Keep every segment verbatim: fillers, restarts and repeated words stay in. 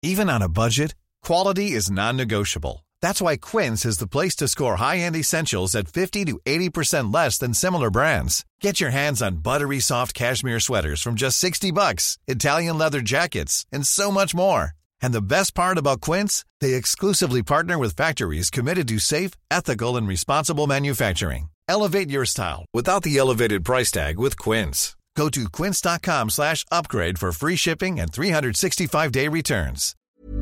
Even on a budget, quality is non-negotiable. That's why Quince is the place to score high-end essentials at fifty to eighty percent less than similar brands. Get your hands on buttery soft cashmere sweaters from just sixty bucks, Italian leather jackets, and so much more. And the best part about Quince, they exclusively partner with factories committed to safe, ethical, and responsible manufacturing. Elevate your style without the elevated price tag with Quince. Go to quince.com slash upgrade for free shipping and three sixty-five day returns.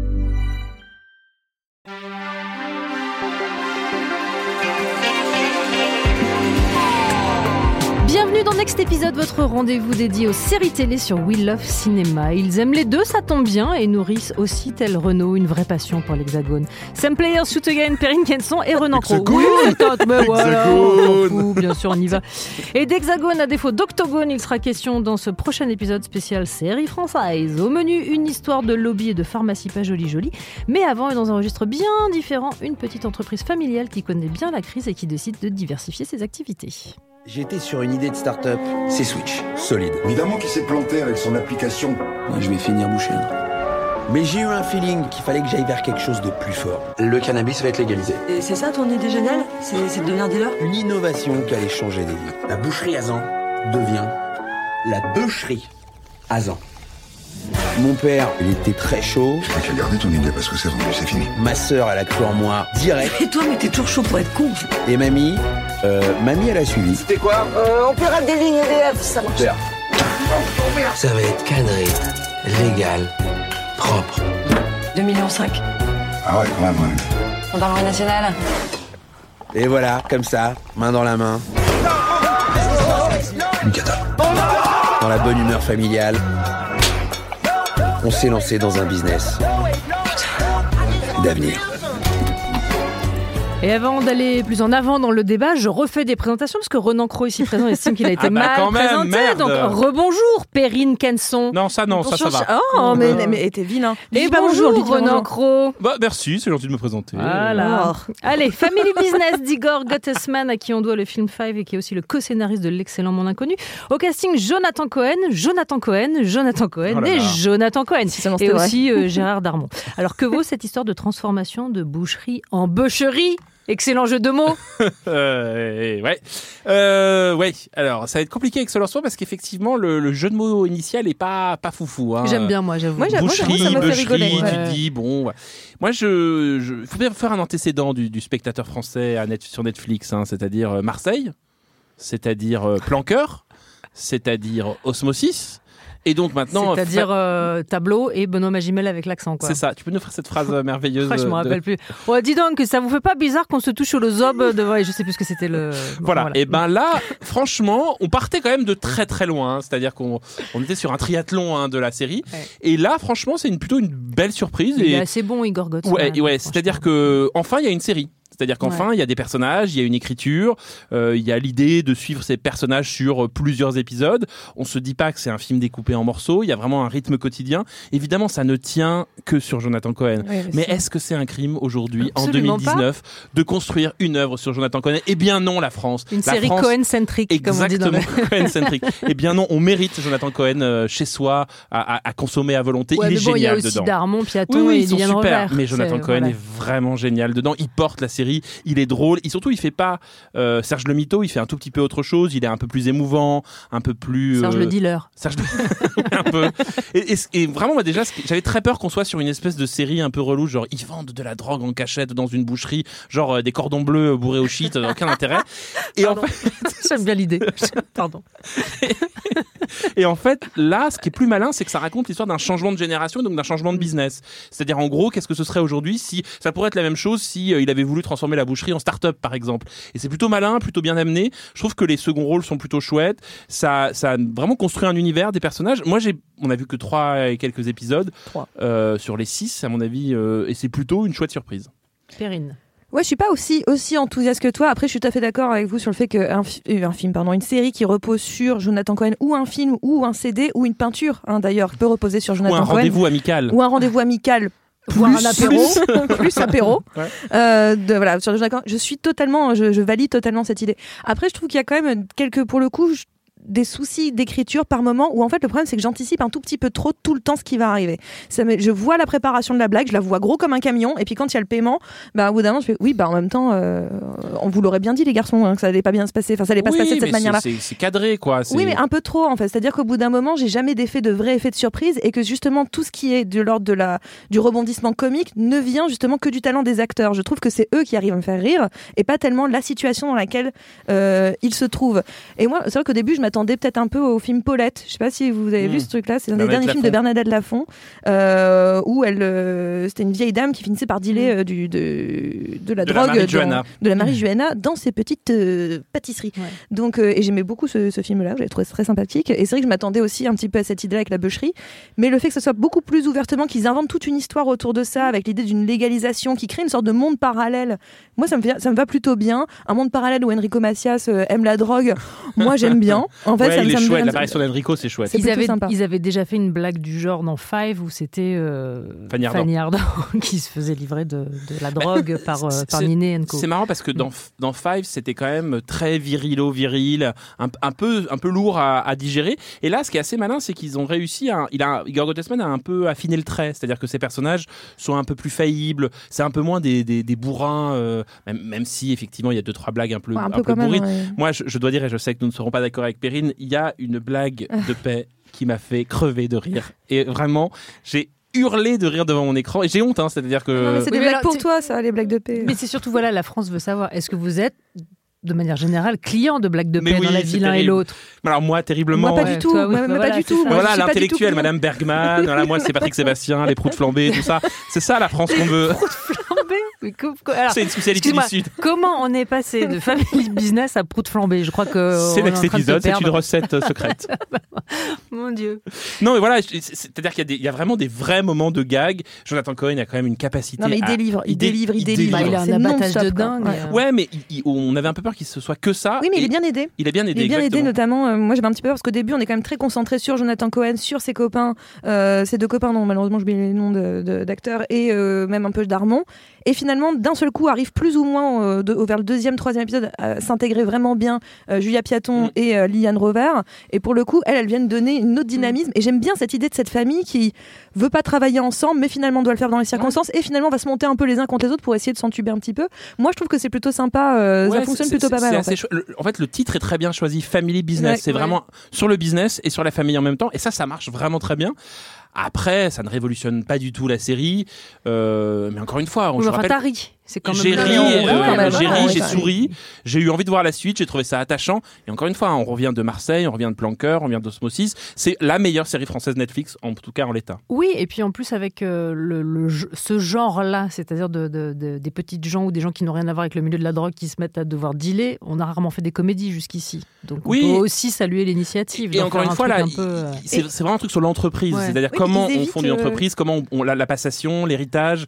Bienvenue dans Next Épisode, votre rendez-vous dédié aux séries télé sur We Love Cinéma. Ils aiment les deux, ça tombe bien, et nourrissent aussi, tel Renaud, une vraie passion pour l'Hexagone. Sam Players, Shoot Again, Perrine Kenson et Renan Cros. Oui, mais voilà, on s'en fout, bien sûr, on y va. Et d'Hexagone, à défaut d'Octogone, il sera question dans ce prochain épisode spécial série française. Au menu, une histoire de lobby et de pharmacie pas jolie jolie. Mais avant, et dans un registre bien différent, une petite entreprise familiale qui connaît bien la crise et qui décide de diversifier ses activités. J'étais sur une idée de start-up, c'est Switch, solide. Évidemment qu'il s'est planté avec son application. Moi, je vais finir bouché. Mais j'ai eu un feeling qu'il fallait que j'aille vers quelque chose de plus fort. Le cannabis va être légalisé. Et c'est ça ton idée géniale ? C'est, c'est de devenir dealer ? Une innovation qui allait changer des vies. La boucherie Azan devient la bûcherie Azan. Mon père, il était très chaud. Je crois qu'il a gardé ton idée parce que c'est vendu, c'est fini. Ma sœur, elle a cru en moi direct. Et toi, mais t'es toujours chaud pour être con. Et mamie, euh, mamie, elle a suivi. C'était quoi ? Euh, on pirate des lignes E D F, ça marche. Père. Ça va être cadré, légal, propre. deux virgule cinq millions. Ah ouais, quand même, ouais. Gendarmerie nationale. Et voilà, comme ça, main dans la main. Une cata. Dans la bonne humeur familiale. On s'est lancé dans un business d'avenir. Et avant d'aller plus en avant dans le débat, je refais des présentations parce que Renan Cros ici présent estime qu'il a été ah bah mal quand même, présenté. Merde. Donc rebonjour Perrine Kenson. Non, ça non, ça ça va. Oh, mais, mais, mais t'es vilain. Et Dis bonjour, bonjour, Renan Cros. Bah merci, c'est gentil de me présenter. Voilà. Oh. Allez, Family Business d'Igor Gottesman, à qui on doit le film Five et qui est aussi le co-scénariste de l'excellent Monde Inconnu. Au casting, Jonathan Cohen, Jonathan Cohen, Jonathan Cohen Oh là et là. Jonathan Cohen. Si seulement Et c'était vrai. aussi euh, Gérard Darmon. Alors que vaut cette histoire de transformation de boucherie en bûcherie ? Excellent jeu de mots. Euh, ouais. Euh, ouais. Alors, ça va être compliqué avec ce lancement parce qu'effectivement, le, le jeu de mots initial est pas pas foufou. Hein. J'aime bien, moi, j'avoue. Moi, j'avoue, Boucherie, ça m'a fait bûcherie, rigoler. tu Ouais. dis bon. Ouais. Moi, je, je, faut bien faire un antécédent du, du spectateur français à net, sur Netflix, hein, c'est-à-dire euh, Marseille, c'est-à-dire euh, Planqueur, c'est-à-dire Osmosis. Et donc maintenant, C'est-à-dire fa- euh, tableau et Benoît Magimel avec l'accent, quoi. c'est ça. Tu peux nous faire cette phrase euh, merveilleuse Ah, je me de- rappelle plus. Ouais, dis donc, ça vous fait pas bizarre qu'on se touche au zob de... Ouais, je sais plus ce que c'était le... Bon, Voilà. Et ben là, franchement, on partait quand même de très très loin. hein. C'est-à-dire qu'on on était sur un triathlon hein, de la série. Ouais. Et là, franchement, c'est une, plutôt une belle surprise. Il et... est assez bon, Igor Gottesman. Ouais, ouais. C'est-à-dire que enfin, il y a une série. C'est-à-dire qu'enfin, Ouais. il y a des personnages, il y a une écriture, euh, il y a l'idée de suivre ces personnages sur euh, plusieurs épisodes. On se dit pas que c'est un film découpé en morceaux. Il y a vraiment un rythme quotidien. Évidemment, ça ne tient que sur Jonathan Cohen. Ouais, Mais c'est- est-ce que c'est un crime aujourd'hui, en deux Absolument mille dix-neuf, de construire une œuvre sur Jonathan Cohen ? Eh bien non, la France. Une la série France, Cohen-centrique, comme on dit dans Exactement, le... Cohen-centric. Eh bien non, on mérite Jonathan Cohen euh, chez soi, à, à, à consommer à volonté. Ouais, il mais est bon, il y a génial aussi dedans. Darmon, Piaton Oui, oui, et ils sont Liliane super. Robert. Mais Jonathan C'est- Cohen voilà. est vraiment génial dedans. Il porte la série, il est drôle. Et surtout, il fait pas euh, Serge le Mito, il fait un tout petit peu autre chose. Il est un peu plus émouvant, un peu plus. Serge euh, le dealer. Serge le- un peu. Et, et, et vraiment, moi déjà, ce que- j'avais très peur qu'on soit sur une espèce de série un peu relou, genre ils vendent de la drogue en cachette dans une boucherie, genre euh, des cordons bleus bourrés au shit, euh, aucun intérêt. Et en Pardon. fait, J'aime bien l'idée. Pardon. Et en fait, là, ce qui est plus malin, c'est que ça raconte l'histoire d'un changement de génération, donc d'un changement de business. C'est-à-dire, en gros, qu'est-ce que ce serait aujourd'hui si ça pourrait être la même chose si euh, il avait voulu transformer la boucherie en start-up, par exemple. Et c'est plutôt malin, plutôt bien amené. Je trouve que les seconds rôles sont plutôt chouettes. Ça, ça a vraiment construit un univers, des personnages. Moi, j'ai, on a vu que trois et quelques épisodes Trois. euh, sur les six, à mon avis, euh, et c'est plutôt une chouette surprise. Perrine. Ouais, je suis pas aussi aussi enthousiaste que toi. Après, je suis tout à fait d'accord avec vous sur le fait qu'un fi- euh, un film, pardon, une série qui repose sur Jonathan Cohen, ou un film, ou un C D, ou une peinture, hein, d'ailleurs, peut reposer sur Ou Jonathan un Cohen, rendez-vous amical. ou un rendez-vous amical. Voire un apéro, plus apéro. Ouais. Euh, de, voilà, sur Jonathan Cohen. Je suis totalement, je, je valide totalement cette idée. Après, je trouve qu'il y a quand même quelques, pour le coup, je- des soucis d'écriture par moment où en fait le problème c'est que j'anticipe un tout petit peu trop tout le temps ce qui va arriver. Ça me, je vois la préparation de la blague, je la vois gros comme un camion et puis quand il y a le paiement, bah, au bout d'un moment je fais oui, bah en même temps euh, on vous l'aurait bien dit les garçons hein, que ça allait pas bien se passer, enfin ça allait pas oui, se passer de cette mais manière-là. C'est, c'est cadré quoi. C'est... Oui mais un peu trop en fait, c'est-à-dire qu'au bout d'un moment j'ai jamais d'effet de vrai effet de surprise et que justement tout ce qui est de l'ordre de la, du rebondissement comique ne vient justement que du talent des acteurs. Je trouve que c'est eux qui arrivent à me faire rire et pas tellement la situation dans laquelle euh, ils se trouvent. Et moi, c'est vrai qu'au début, je m'attendais peut-être un peu au film Paulette. Je sais pas si vous avez mmh. vu ce truc-là. C'est un des derniers films de Bernadette Lafont euh, où elle, euh, c'était une vieille dame qui finissait par dealer euh, du, de, de la de drogue, la dans, de la marijuana dans ses petites euh, pâtisseries. Ouais. Donc, euh, et j'aimais beaucoup ce, ce film-là. Je l'ai trouvé très sympathique. Et c'est vrai que je m'attendais aussi un petit peu à cette idée avec la bûcherie. Mais le fait que ce soit beaucoup plus ouvertement, qu'ils inventent toute une histoire autour de ça, avec l'idée d'une légalisation qui crée une sorte de monde parallèle. Moi, ça me, fait, ça me va plutôt bien. Un monde parallèle où Enrico Macias euh, aime la drogue. Moi, j'aime bien. En fait, ouais, ça, il ça est me chouette. bien. L'apparition d'Enrico, c'est chouette. Ils avaient, sympa. ils avaient déjà fait une blague du genre dans Five où c'était euh, Fanny Ardant, Fanny Ardant qui se faisait livrer de, de la drogue bah, par, euh, par Niné and Co. C'est marrant parce que dans, dans Five, c'était quand même très virilo, viril, un, un, peu, un peu lourd à, à digérer. Et là, ce qui est assez malin, c'est qu'ils ont réussi à. Il a, Igor Gottesman a un peu affiné le trait. C'est-à-dire que ces personnages sont un peu plus faillibles. C'est un peu moins des, des, des bourrins, euh, même, même si effectivement il y a deux, trois blagues un peu, ouais, un un peu peu bourrines. Même, ouais. Moi, je, je dois dire, et je sais que nous ne serons pas d'accord avec Perrine, il y a une blague de paix qui m'a fait crever de rire. Et vraiment, j'ai hurlé de rire devant mon écran et j'ai honte, hein, c'est-à-dire que. Non, mais c'est des oui, blagues alors, pour toi, ça, les blagues de paix. Mais c'est surtout, voilà, la France veut savoir, est-ce que vous êtes de manière générale, client de blagues de paix oui, dans la vie l'un et l'autre. Alors moi, terriblement. Moi, pas du tout. Toi, oui, moi, bah mais voilà, pas du tout. ça. Moi, voilà, l'intellectuel, tout Madame Bergman. Voilà, moi, c'est Patrick Sébastien, les proutes flambées, tout ça. C'est ça la France qu'on veut. Mais co- co- alors, c'est une spécialité du Sud. Comment on est passé de family business à prout flambée? Je crois que c'est l'ex épisode, c'est une recette secrète. Mon Dieu. Non, mais voilà, c'est-à-dire qu'il y a, des, il y a vraiment des vrais moments de gag. Jonathan Cohen a quand même une capacité. Non, mais il à, délivre, il, il délivre, il délivre. Bah, il a un abattage de dingue. Ouais, ouais mais il, il, on avait un peu peur qu'il se soit que ça. Oui, mais il est bien aidé. Il est bien aidé. Il est bien exactement. aidé, notamment. Euh, moi, j'avais un petit peu peur parce qu'au début, on est quand même très concentré sur Jonathan Cohen, sur ses copains, euh, ses deux copains. Non, malheureusement, je mets les noms de, de, d'acteurs et euh, même un peu d'Armand. Et finalement, d'un seul coup, arrive plus ou moins euh, de, vers le deuxième, troisième épisode à s'intégrer vraiment bien euh, Julia Piaton mm. et euh, Liliane Rover. Et pour le coup, elles, elles viennent donner une autre dynamisme. Mm. Et j'aime bien cette idée de cette famille qui veut pas travailler ensemble, mais finalement doit le faire dans les circonstances. Ouais. Et finalement, va se monter un peu les uns contre les autres pour essayer de s'entuber un petit peu. Moi, je trouve que c'est plutôt sympa. Euh, ouais, ça fonctionne c'est, plutôt c'est, pas mal. En fait. Cho- le, en fait, le titre est très bien choisi. Family Business. Ouais, c'est ouais. vraiment sur le business et sur la famille en même temps. Et ça, ça marche vraiment très bien. Après, ça ne révolutionne pas du tout la série, euh, mais encore une fois, on oui, je enfin, rappelle. t'as ri. C'est quand même j'ai ri, euh, euh, j'ai, ri ouais, j'ai ouais, souri, ouais. j'ai eu envie de voir la suite, j'ai trouvé ça attachant. Et encore une fois, on revient de Marseille, on revient de Planqueur, on revient d'Osmosis. C'est la meilleure série française Netflix, en tout cas en l'état. Oui, et puis en plus avec euh, le, le, ce genre-là, c'est-à-dire de, de, de, des petites gens ou des gens qui n'ont rien à voir avec le milieu de la drogue qui se mettent à devoir dealer, on a rarement fait des comédies jusqu'ici. Donc on oui. peut aussi saluer l'initiative. Et encore une fois, là, un peu, euh... c'est, c'est vraiment un truc sur l'entreprise. Ouais. C'est-à-dire oui, comment on fonde une entreprise, euh... comment on, on, la, la passation, l'héritage.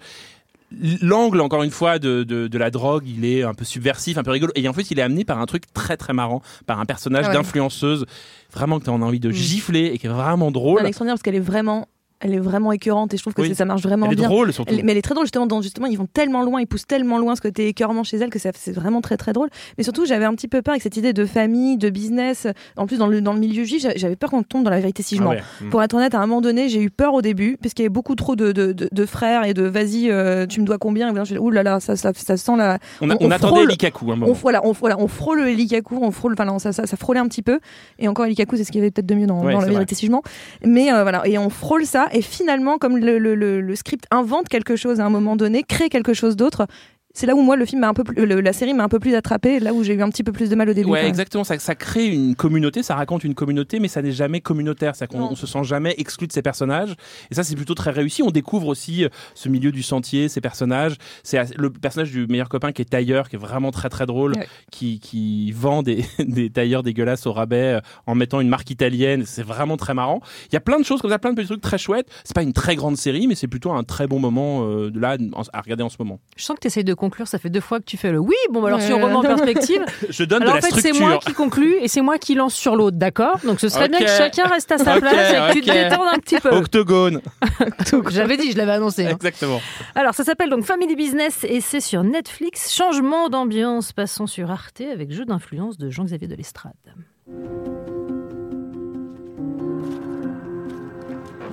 L'angle, encore une fois, de, de, de la drogue, il est un peu subversif, un peu rigolo. Et en fait, il est amené par un truc très très marrant, par un personnage ah ouais. d'influenceuse, vraiment que tu as envie de gifler et qui est vraiment drôle. C'est extraordinaire parce qu'elle est vraiment... Elle est vraiment écœurante et je trouve que oui. ça marche vraiment bien. Elle est bien. drôle surtout. Elle, mais elle est très drôle justement, dans, justement. Ils vont tellement loin, ils poussent tellement loin ce côté écœurement chez elle que ça, c'est vraiment très très drôle. Mais surtout, j'avais un petit peu peur avec cette idée de famille, de business. En plus, dans le, dans le milieu juif, j'avais peur qu'on tombe dans la vérité si je mens. Ah ouais. Pour être honnête, à un moment donné, j'ai eu peur au début parce qu'il y avait beaucoup trop de, de, de, de frères et de vas-y, euh, tu me dois combien. Et je ouh là là, ça, ça, ça sent la. On, a, on, on attendait Elikaku un moment. On, voilà, on, voilà, on frôle Elikaku, on frôle, enfin, ça, ça, ça frôlait un petit peu. Et encore, Elikaku, c'est ce qu'il y avait peut-être de mieux dans, ouais, dans la vérité si je mens. Mais euh, voilà, et on frôle ça. Et finalement, comme Le, le, le, le script invente quelque chose à un moment donné, crée quelque chose d'autre. C'est là où moi le film m'a un peu plus, le, la série m'a un peu plus attrapée, là où j'ai eu un petit peu plus de mal au début. Ouais, exactement. Ça, ça crée une communauté, ça raconte une communauté, mais ça n'est jamais communautaire. C'est qu'on on se sent jamais exclu de ces personnages. Et ça, c'est plutôt très réussi. On découvre aussi ce milieu du sentier, ces personnages. C'est le personnage du meilleur copain qui est tailleur, qui est vraiment très très drôle, ouais. qui, qui vend des, des tailleurs dégueulasses au rabais en mettant une marque italienne. C'est vraiment très marrant. Il y a plein de choses comme ça, plein de petits trucs très chouettes. C'est pas une très grande série, mais c'est plutôt un très bon moment euh, de là à regarder en ce moment. Je sens que tu essayes de conclure, ça fait deux fois que tu fais le oui, bon, bah alors si on remet en perspective. Je donne alors de la en fait, structure. C'est moi qui conclue et c'est moi qui lance sur l'autre, d'accord? Donc ce serait okay. bien que chacun reste à sa okay, place et que okay. tu te détendes un petit peu. Octogone. J'avais dit, je l'avais annoncé. Hein. Exactement. Alors ça s'appelle donc Family Business et c'est sur Netflix. Changement d'ambiance, passons sur Arte avec Jeu d'influence de Jean-Xavier de Lestrade.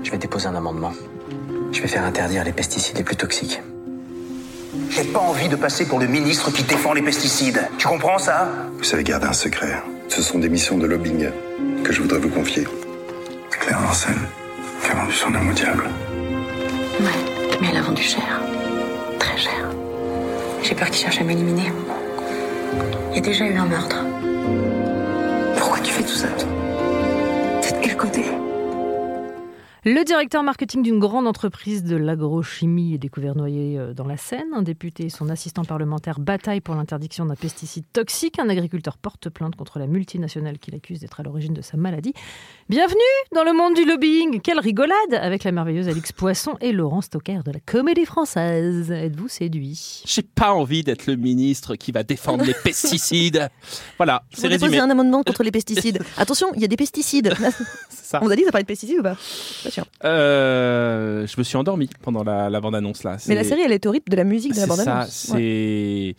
Je vais déposer un amendement. Je vais faire interdire les pesticides les plus toxiques. J'ai pas envie de passer pour le ministre qui défend les pesticides. Tu comprends ça ? Vous savez garder un secret. Ce sont des missions de lobbying que je voudrais vous confier. Claire Lancel, qui a vendu son âme au diable. Ouais, mais elle a vendu cher. Très cher. J'ai peur qu'il cherche à m'éliminer. Il y a déjà eu un meurtre. Pourquoi tu fais tout ça, toi ? T'es de quel côté ? Le directeur marketing d'une grande entreprise de l'agrochimie est découvert noyé dans la Seine. Un député et son assistant parlementaire bataillent pour l'interdiction d'un pesticide toxique. Un agriculteur porte plainte contre la multinationale qui l'accuse d'être à l'origine de sa maladie. Bienvenue dans le monde du lobbying. Quelle rigolade avec la merveilleuse Alix Poisson et Laurent Stocker de la Comédie Française. Êtes-vous séduit ? J'ai pas envie d'être le ministre qui va défendre les pesticides. Voilà, Je c'est vais déposer résumé. un amendement contre les pesticides. Attention, il y a des pesticides. C'est ça. On vous a dit que ça parlait de pesticides ou pas ? Pas sûr. Euh, je me suis endormi pendant la, la bande-annonce là. C'est- Mais la série, elle est au rythme de la musique de la c'est bande-annonce. ça, Ouais. c'est...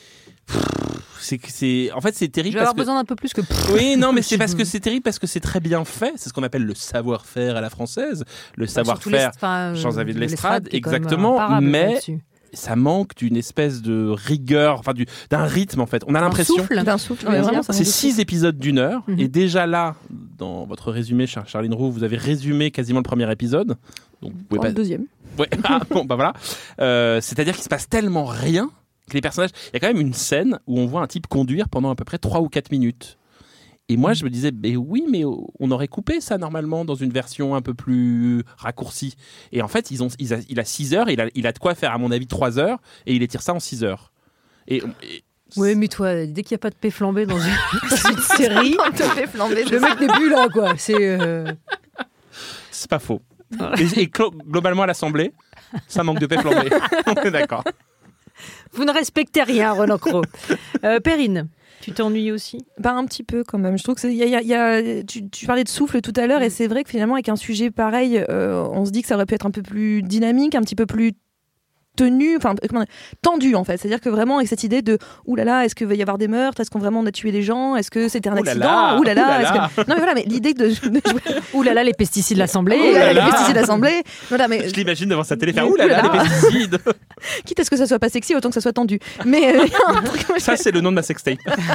c'est que c'est en fait c'est Je terrible vais parce avoir que besoin d'un peu plus que... oui non mais c'est parce que c'est terrible parce que c'est très bien fait, c'est ce qu'on appelle le savoir-faire à la française, le savoir-faire Jean-Xavier de Lestrade, exactement, mais ça manque d'une espèce de rigueur, enfin du, d'un rythme en fait. On a l'impression souffle. D'un souffle. Ouais, mais vraiment, ça c'est manque de six épisodes d'une heure Mhm. et déjà là dans votre résumé Char- Charline Roux, vous avez résumé quasiment le premier épisode. Donc vous souffle. pouvez Dans pas le deuxième. Ouais. Ah, bon, bah voilà. Euh, c'est-à-dire qu'il se passe tellement rien que les personnages. Il y a quand même une scène où on voit un type conduire pendant à peu près trois ou quatre minutes. Et moi, je me disais, mais oui, mais on aurait coupé ça normalement dans une version un peu plus raccourcie. Et en fait, ils ont, ils a, il a six heures, et il a, il a de quoi faire, à mon avis, trois heures, et il étire ça en six heures. Et, et Oui, mais toi, dès qu'il n'y a pas de paix flambée dans une, dans une série, On te fait flamber. le mec n'est plus là, quoi. C'est... euh, c'est pas faux. Et, et clo- globalement, à l'Assemblée, ça manque de paix flambée. On est d'accord. Vous ne respectez rien, Roland Crowe. Euh, Perrine, tu t'ennuies aussi ? Bah, un petit peu quand même. Je trouve que c'est- il y a, il y a- il y a- tu, tu parlais de souffle tout à l'heure, et c'est vrai que finalement avec un sujet pareil, euh, on se dit que ça aurait pu être un peu plus dynamique, un petit peu plus tenu, enfin comment dire, tendu en fait. C'est-à-dire que vraiment avec cette idée de ouh là là, est-ce qu'il va y avoir des meurtres, est-ce qu'on vraiment on a tué des gens, est-ce que c'était un Ouh là accident, là, ouh là là, ouh là est-ce là. que... non mais voilà, mais l'idée de, de jouer... Ouh là là, les pesticides de l'Assemblée. ouh là là, là les là. pesticides d'assemblée, voilà, mais Je l'imagine devant sa télé faire Mais ouh là là, ouh là les là. pesticides. quitte à ce que ça soit pas sexy, autant que ça soit tendu. Mais euh, il y a un truc, Ça, c'est le nom de ma sextape.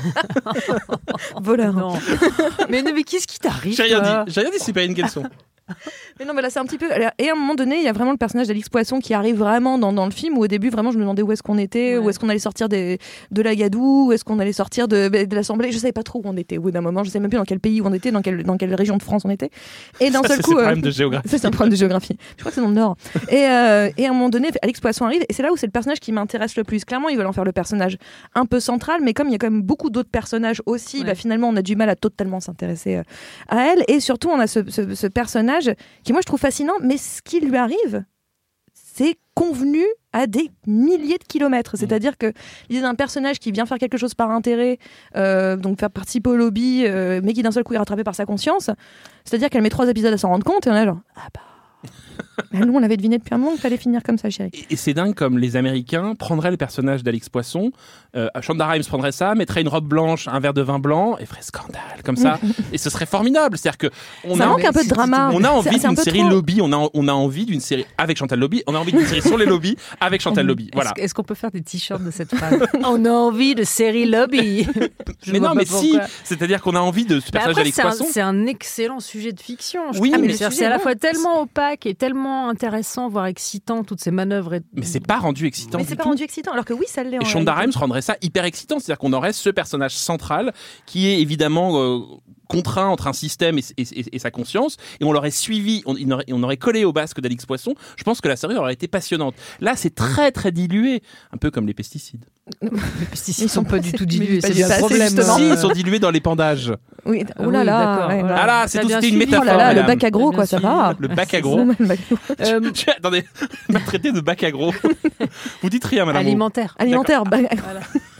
voleur. Non. mais, non, mais qu'est-ce qui t'arrive J'ai rien toi dit. J'ai rien dit, c'est pas une question. Mais non, mais là, c'est un petit peu. Et à un moment donné, il y a vraiment le personnage d'Alix Poisson qui arrive vraiment dans, dans le film, où au début, vraiment, je me demandais où est-ce qu'on était, Ouais. où est-ce qu'on allait sortir des, de la Gadoue, où est-ce qu'on allait sortir de, de l'Assemblée. Je savais pas trop où on était. Au bout d'un moment, je savais même plus dans quel pays où on était, dans quelle, dans quelle région de France on était. Et d'un Ça, seul c'est coup. ce euh, problème de géographie. Ça, c'est un problème de géographie. Je crois que c'est dans le Nord. Et, euh, et à un moment donné, Alix Poisson arrive, et c'est là où c'est le personnage qui m'intéresse le plus. Clairement, ils veulent en faire le personnage un peu central, mais comme il y a quand même beaucoup d'autres personnages aussi, Ouais. bah, finalement, on a du mal à totalement s'intéresser euh, à elle. Et surtout, on a ce, ce, ce personnage qui, moi, je trouve fascinant, mais ce qui lui arrive, c'est convenu à des milliers de kilomètres. C'est-à-dire que l'idée d'un personnage qui vient faire quelque chose par intérêt, euh, donc faire participer au lobby, euh, mais qui d'un seul coup est rattrapé par sa conscience, c'est-à-dire qu'elle met trois épisodes à s'en rendre compte, et on est genre, ah bah... Mais nous, on l'avait deviné depuis un moment qu'il fallait finir comme ça, chérie. Et, et c'est dingue comme les Américains prendraient le personnage d'Alix Poisson, euh, Shonda Rhimes prendrait ça, mettrait une robe blanche, un verre de vin blanc et ferait scandale comme ça. Et ce serait formidable. C'est-à-dire que on Ça a, manque un peu de drama. on a envie C'est- c'est un d'une peu série trop. lobby. On a, on a envie d'une série avec Chantal Lobby. On a envie d'une série sur les lobbies avec Chantal Lobby. Voilà. Est-ce, est-ce qu'on peut faire des t-shirts de cette phrase ? On a envie de série lobby. Je Mais vois non, pas mais si. pourquoi. C'est-à-dire qu'on a envie de ce Mais personnage après, d'Alix c'est un, Poisson. c'est un excellent sujet de fiction. je Oui, trouve. mais Mais le c'est, sujet c'est à la est fois tellement opaque et tellement intéressant, voire excitant, toutes ces manœuvres. Et... Mais c'est pas rendu excitant Mais du c'est pas tout. rendu excitant, alors que oui, ça l'est. en Et Shonda réalité. Rhimes rendrait ça hyper excitant, c'est-à-dire qu'on aurait ce personnage central qui est évidemment euh, contraint entre un système et, et- et- et sa conscience, et on l'aurait suivi, on, il aurait, on aurait collé au basque d'Alix Poisson. Je pense que la série aurait été passionnante. Là, c'est très très dilué, un peu comme les pesticides. Les pesticides Ils ne sont sont pas pas- du c'est- tout dilués, mais c'est pas bien du- le ça, problème. c'est justement- Si, euh, ils sont dilués dans l'épandage. Oui, Ah oh là oui, là. d'accord, ouais, voilà. Ah là, c'est T'as tout, bien c'était une suivi. Oh métaphore. là là, le madame. bac agro, T'as quoi, bien ça suivi. va. Le bac C'est agro. normal, le bac agro. Euh, Attendez, m'a traité de bac agro. Vous dites rien, madame. alimentaire. Alimentaire, bac agro. Voilà.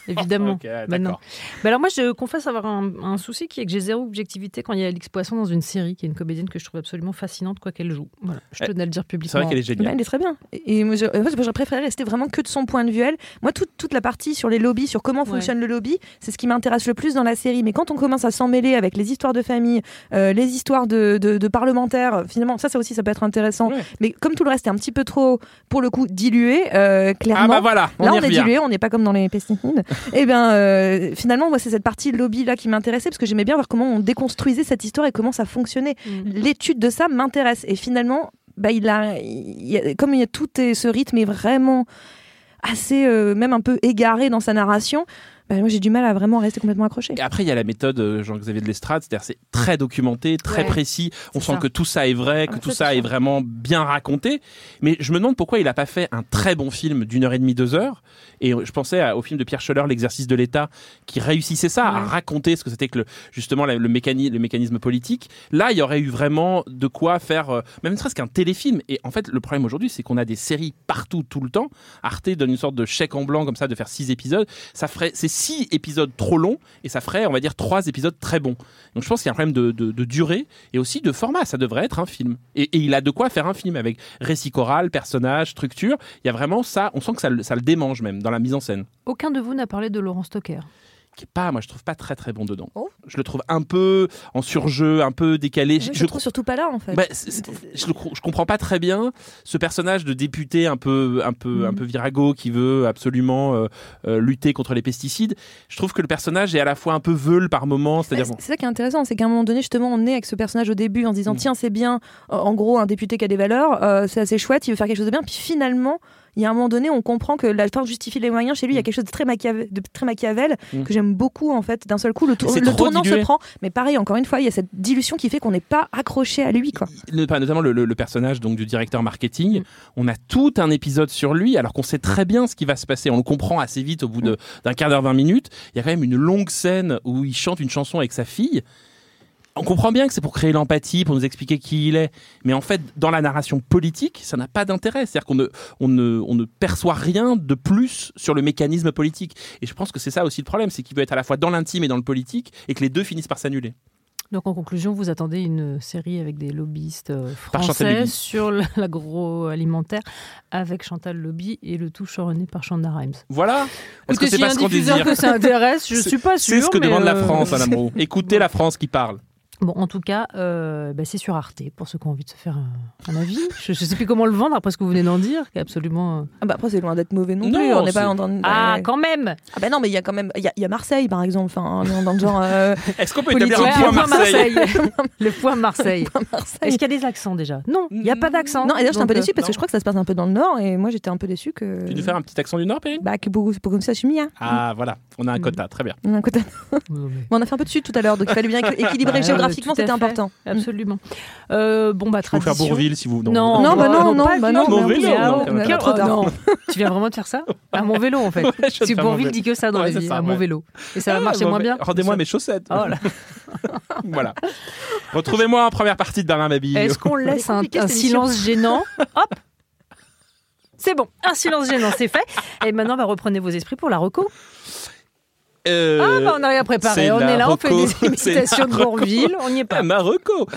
évidemment. Ok, d'accord. Bah non. Bah alors moi, je confesse avoir un, un souci qui est que j'ai zéro objectivité quand il y a Alix Poisson dans une série, qui est une comédienne que je trouve absolument fascinante, quoi qu'elle joue. Voilà, je tenais à le dire publiquement. C'est vrai qu'elle est géniale. Bah, elle est très bien. Et, et moi, je- moi, j'aurais préféré rester vraiment que de son point de vue, elle. Moi, toute, toute la partie sur les lobbies, sur comment Ouais. fonctionne le lobby, c'est ce qui m'intéresse le plus dans la série. Mais quand on commence à s'en mêler avec les histoires de famille, euh, les histoires de, de, de parlementaires, finalement, ça, ça aussi, ça peut être intéressant. Ouais. Mais comme tout le reste est un petit peu trop, pour le coup, dilué, euh, clairement. Ah bah voilà, on Là, y on est revient. dilué, on n'est pas comme dans les pesticides. Et bien, euh, finalement, moi, c'est cette partie lobby-là qui m'intéressait, parce que j'aimais bien voir comment on déconstruisait cette histoire et comment ça fonctionnait. Mm. L'étude de ça m'intéresse. Et finalement, bah, il a, il y a- comme il y a tout est- ce rythme est vraiment assez, euh, même un peu égaré dans sa narration, bah, moi, j'ai du mal à vraiment rester complètement accroché. Et après, il y a la méthode euh, Jean-Xavier de Lestrade, c'est-à-dire c'est très documenté, très Ouais, précis. On c'est sent ça. que tout ça est vrai, que Ah, tout ça, ça c'est est ça. vraiment bien raconté. Mais je me demande pourquoi il n'a pas fait un très bon film d'une heure et demie, deux heures. Et je pensais à- au film de Pierre Scholler, L'exercice de l'État, qui réussissait ça, à Ouais. raconter ce que c'était que le, justement la- le, mécani- le mécanisme politique. Là, il y aurait eu vraiment de quoi faire, euh, même ne serait-ce qu'un téléfilm. Et en fait, le problème aujourd'hui, c'est qu'on a des séries partout, tout le temps. Arte donne une sorte de chèque en blanc comme ça, de faire six épisodes. Ça ferait, c'est six épisodes trop longs et ça ferait, on va dire, trois épisodes très bons. Donc je pense qu'il y a un problème de, de, de durée et aussi de format. Ça devrait être un film. Et, et il a de quoi faire un film avec récit choral, personnage, structure. Il y a vraiment ça. On sent que ça, le- ça le démange même dans la mise en scène. Aucun de vous n'a parlé de Laurent Stocker. Qui est pas, moi je trouve pas très très bon dedans. Oh. Je le trouve un peu en surjeu, un peu décalé. Moi, je le trouve surtout pas là, en fait. Bah, c'est- c'est- je, le, je comprends pas très bien ce personnage de député un peu un peu Mhm. un peu virago qui veut absolument euh, euh, lutter contre les pesticides. Je trouve que le personnage est à la fois un peu veule par moment, c'est-à-dire Ouais, bon, c'est ça qui est intéressant, c'est qu'à un moment donné, justement, on est avec ce personnage au début en se disant Mm. tiens, c'est bien, euh, en gros, un député qui a des valeurs, euh, c'est assez chouette, il veut faire quelque chose de bien. Puis finalement, il y a un moment donné, on comprend que la fin justifie les moyens. Chez lui, il y a quelque chose de très, machiavel, de très Machiavel Mm. que j'aime beaucoup, en fait. D'un seul coup, le, tour- C'est le trop tournant dilué. se prend. Mais pareil, encore une fois, il y a cette dilution qui fait qu'on n'est pas accroché à lui, quoi. il- pas- notamment le, le- le personnage donc du directeur marketing. Mm. On a tout un épisode sur lui alors qu'on sait très bien ce qui va se passer. On le comprend assez vite au bout de- d'un quart d'heure, vingt minutes. Il y a quand même une longue scène où il chante une chanson avec sa fille. On comprend bien que c'est pour créer l'empathie, pour nous expliquer qui il est. Mais en fait, dans la narration politique, ça n'a pas d'intérêt. C'est-à-dire qu'on ne, on ne, on ne perçoit rien de plus sur le mécanisme politique. Et je pense que c'est ça aussi le problème, c'est qu'il veut être à la fois dans l'intime et dans le politique, et que les deux finissent par s'annuler. Donc en conclusion, vous attendez une série avec des lobbyistes euh, Par Chantal français Lobby. sur l'agroalimentaire avec Chantal Lobby et le tout choronné par Shonda Rhimes. Voilà. Est-ce que Écoutez, c'est s'il y a pas un ce qu'on diffuseur désire que ça intéresse, je suis pas sûre. C'est ce que mais, demande la euh, France, Madame Roux. Écoutez la France qui parle. Bon, en tout cas, euh, bah, c'est sur Arte pour ceux qui ont envie de se faire un, un avis. Je ne sais plus comment le vendre après ce que vous venez d'en dire, qui est absolument. euh, Ah bah après, c'est loin d'être mauvais non, Non, plus. On n'est c'est- pas en train de. Ah, euh, quand même. Ah bah non, mais il y a quand même. Il y, a- il y a Marseille, par exemple. Enfin, on est dans le genre. euh, Est-ce qu'on peut Politique. établir un Ouais, point un Marseille, Le point Marseille. Marseille. Est-ce qu'il y a des accents déjà? Non, il n'y a pas d'accent. Non, et d'ailleurs, j'étais un peu Donc, déçue parce non. que je crois que ça se passe un peu dans le Nord et moi, j'étais un peu déçue que. Tu veux faire un petit accent du Nord, Perrine Bah, que beaucoup, c'est pas comme ça, je suis mis. Hein. Ah, voilà. On a un quota. Très bien. On a un côté- euh, ouais, ouais. Bon, on a fait un peu de sud tout à l'heure, donc il fallait bien équ- équilibrer Ouais, géographiquement, tout à c'était fait. important. Absolument. Euh, bon, bah, Faut faire tradition. Bourville si vous. Non, Non, bah non, non, pas bah du non, tout. mon Mais vélo, oui, ah, non, oh, quand même. quel- Trop tard. non. Tu viens vraiment de faire ça? À mon vélo, en fait. Ouais, je viens de Parce que faire mon Bourville vélo. dit que ça dans Ouais, la c'est vie, ça, à ouais. mon vélo. Et ça va Ah, marcher bon, moins mais bien. Rendez-moi mes chaussettes. Oh là. Voilà. Retrouvez-moi en première partie de Bernard Mabille. Est-ce qu'on laisse un, compliqué, un cette émission. silence gênant? Hop! C'est bon, un silence gênant, c'est fait. Et maintenant, bah, reprenez vos esprits pour la reco. Euh, Ah, bah, on n'a rien préparé. c'est On la est là, on fait reco. des C'est imitations la de reco. Bourville. On n'y est pas. Ah, Marocco.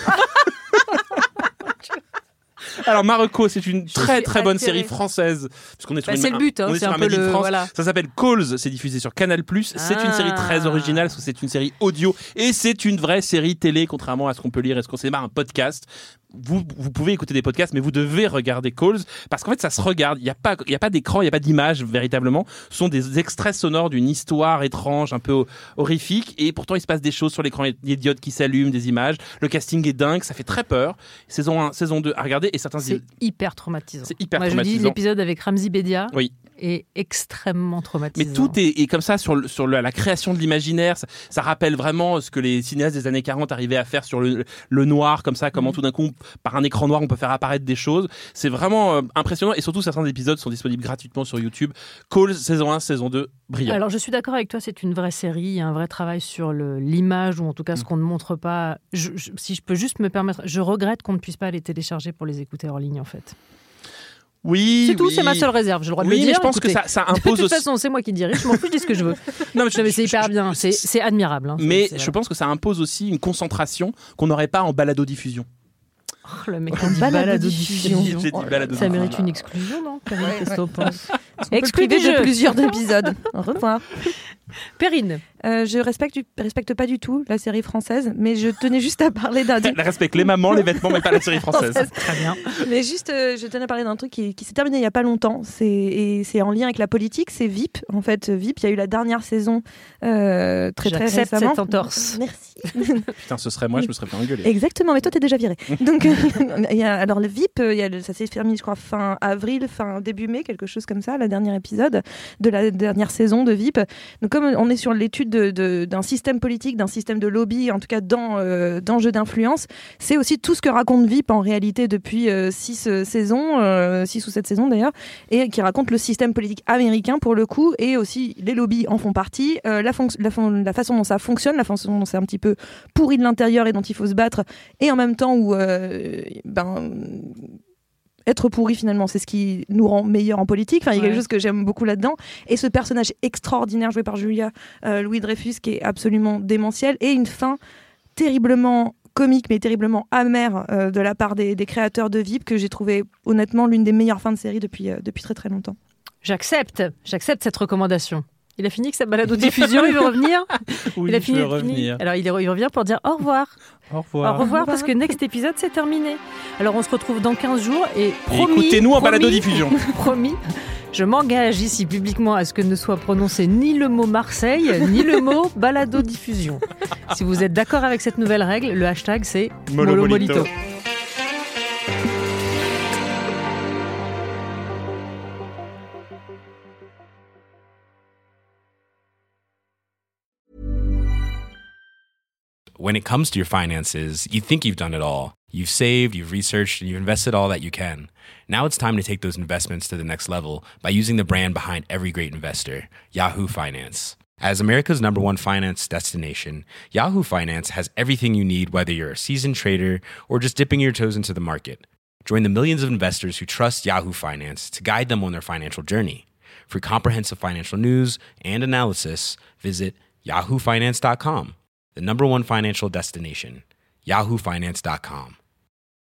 Alors Marocco, c'est une très suis très bonne atterrée. série française. Parce qu'on est sur Bah, une- c'est le but, hein, on est c'est sur un un peu Made in le- France. voilà. Ça s'appelle Calls, c'est diffusé sur Canal+. C'est une série très Ah. originale parce que c'est une série audio et c'est une vraie série télé, contrairement à ce qu'on peut lire et ce qu'on sait pas un podcast. Vous, vous pouvez écouter des podcasts, mais vous devez regarder Calls parce qu'en fait, ça se regarde. Il n'y a pas, il y a pas d'écran, il n'y a pas d'image véritablement. Ce sont des extraits sonores d'une histoire étrange, un peu horrifique, et pourtant il se passe des choses sur l'écran. Il y a des diodes qui s'allument, des images. Le casting est dingue, ça fait très peur. Saison un, saison deux à regarder, et certains C'est hyper traumatisant. C'est hyper Moi, je dis traumatisant. l'épisode avec Ramzi Bedia Oui. est extrêmement traumatisant. Mais tout est, est comme ça sur, le- sur le- la création de l'imaginaire. Ça, ça rappelle vraiment ce que les cinéastes des années quarante arrivaient à faire sur le, le noir, comme ça, comment tout d'un coup, par un écran noir, on peut faire apparaître des choses. C'est vraiment euh, impressionnant. Et surtout, certains épisodes sont disponibles gratuitement sur YouTube. Calls, saison un, saison deux, brillant. Alors, je suis d'accord avec toi, c'est une vraie série, il y a un vrai travail sur le- l'image, ou en tout cas ce Mm. qu'on ne montre pas. Je- je- si je peux juste me permettre, je regrette qu'on ne puisse pas les télécharger pour les écouter hors ligne, en fait. Oui, c'est tout, oui. c'est ma seule réserve. J'ai le droit de oui, le dire. mais je pense écoutez. que ça, ça impose De toute aussi. façon, c'est moi qui dirige. Je m'en fous, je dis ce que je veux. Non, mais, Non, mais c'est je- hyper je- bien. je- C'est, c'est admirable. Hein. Mais C'est- je voilà. pense que ça impose aussi une concentration qu'on n'aurait pas en balado-diffusion. Oh, le mec a dit Balado-diffusion. balado-diffusion. J'ai dit Oh, balado. Ça mérite une exclusion, non Perrine, qu'est-ce que t'en penses On peut le Exclu priver du de jeu. plusieurs épisodes. Au revoir. Perrine, Euh, je respecte, respecte pas du tout la série française, mais je tenais juste à parler d'un. Elle respecte les mamans, les vêtements, mais pas la série française. très bien. Mais juste, euh, je tenais à parler d'un truc qui, qui s'est terminé il y a pas longtemps. C'est et c'est en lien avec la politique. C'est V I P. En fait, V I P. Il y a eu la dernière saison euh, très très J'accepte récemment. cette entorse. Merci. Putain, ce serait moi, je me serais fait engueuler. Exactement, mais toi t'es déjà viré. Donc, il y a, alors le V I P, euh, il y a le- ça s'est terminé, je crois, fin avril, fin début mai, quelque chose comme ça, le dernier épisode de la dernière saison de V I P. Donc, comme on est sur l'étude de, de- d'un système politique, d'un système de lobby, en tout cas dans, euh, dans jeu d'influence, c'est aussi tout ce que raconte V I P en réalité depuis euh, six euh, saisons, euh, six ou sept saisons d'ailleurs, et qui raconte le système politique américain pour le coup, et aussi les lobbies en font partie, euh, la, fonc- la, fon- la façon dont ça fonctionne, la façon dont c'est un petit peu pourri de l'intérieur et dont il faut se battre, et en même temps où euh, ben, être pourri finalement c'est ce qui nous rend meilleurs en politique, enfin, il y a Ouais. quelque chose que j'aime beaucoup là-dedans, et ce personnage extraordinaire joué par Julia euh, Louis-Dreyfus qui est absolument démentiel, et une fin terriblement comique mais terriblement amère euh, de la part des, des créateurs de V I P que j'ai trouvé honnêtement l'une des meilleures fins de série depuis, euh, depuis très très longtemps. J'accepte, j'accepte cette recommandation. Il a fini que sa balade aux diffusions, il veut revenir. Oui, il a je fini, vais fini. revenir. Alors il, est- il revient pour dire au revoir. Au revoir. Au revoir parce que next épisode c'est terminé. Alors on se retrouve dans quinze jours et Et promis, écoutez-nous en promis, balado-diffusion. promis, je m'engage ici publiquement à ce que ne soit prononcé ni le mot Marseille ni le mot balado-diffusion. Si vous êtes d'accord avec cette nouvelle règle, le hashtag c'est Molo Molomolito. Molito. When it comes to your finances, you think you've done it all. You've saved, you've researched, and you've invested all that you can. Now it's time to take those investments to the next level by using the brand behind every great investor, Yahoo Finance. As America's number one finance destination, Yahoo Finance has everything you need, whether you're a seasoned trader or just dipping your toes into the market. Join the millions of investors who trust Yahoo Finance to guide them on their financial journey. For comprehensive financial news and analysis, visit yahoo finance dot com. The number one financial destination, yahoo finance dot com.